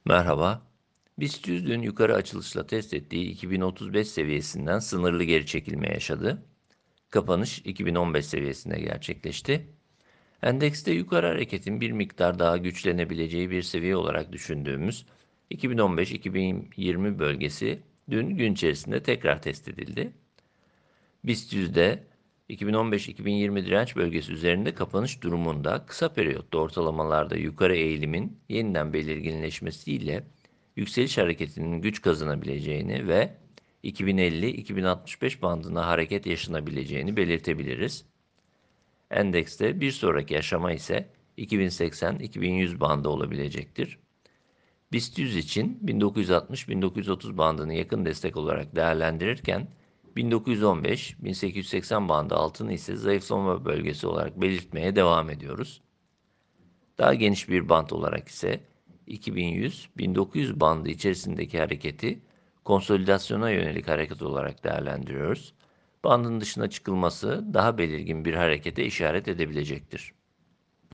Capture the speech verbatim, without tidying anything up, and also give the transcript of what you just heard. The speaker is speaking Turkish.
Merhaba. BIST yüz dün yukarı açılışla test ettiği iki bin otuz beş seviyesinden sınırlı geri çekilme yaşadı. Kapanış iki bin on beş seviyesinde gerçekleşti. Endekste yukarı hareketin bir miktar daha güçlenebileceği bir seviye olarak düşündüğümüz iki bin on beş iki bin yirmi bölgesi dün gün içerisinde tekrar test edildi. BIST yüzde iki bin on beş iki bin yirmi direnç bölgesi üzerinde kapanış durumunda kısa periyotta ortalamalarda yukarı eğilimin yeniden belirginleşmesiyle yükseliş hareketinin güç kazanabileceğini ve iki bin elli iki bin altmış beş bandına hareket yaşanabileceğini belirtebiliriz. Endekste bir sonraki aşama ise iki bin seksen iki bin yüz bandı olabilecektir. BIST yüz için bin dokuz yüz altmış bin dokuz yüz otuz bandını yakın destek olarak değerlendirirken bin dokuz yüz on beş bin sekiz yüz seksen bandı altını ise zayıflama bölgesi olarak belirtmeye devam ediyoruz. Daha geniş bir band olarak ise iki bin yüz bin dokuz yüz bandı içerisindeki hareketi konsolidasyona yönelik hareket olarak değerlendiriyoruz. Bandın dışına çıkılması daha belirgin bir harekete işaret edebilecektir.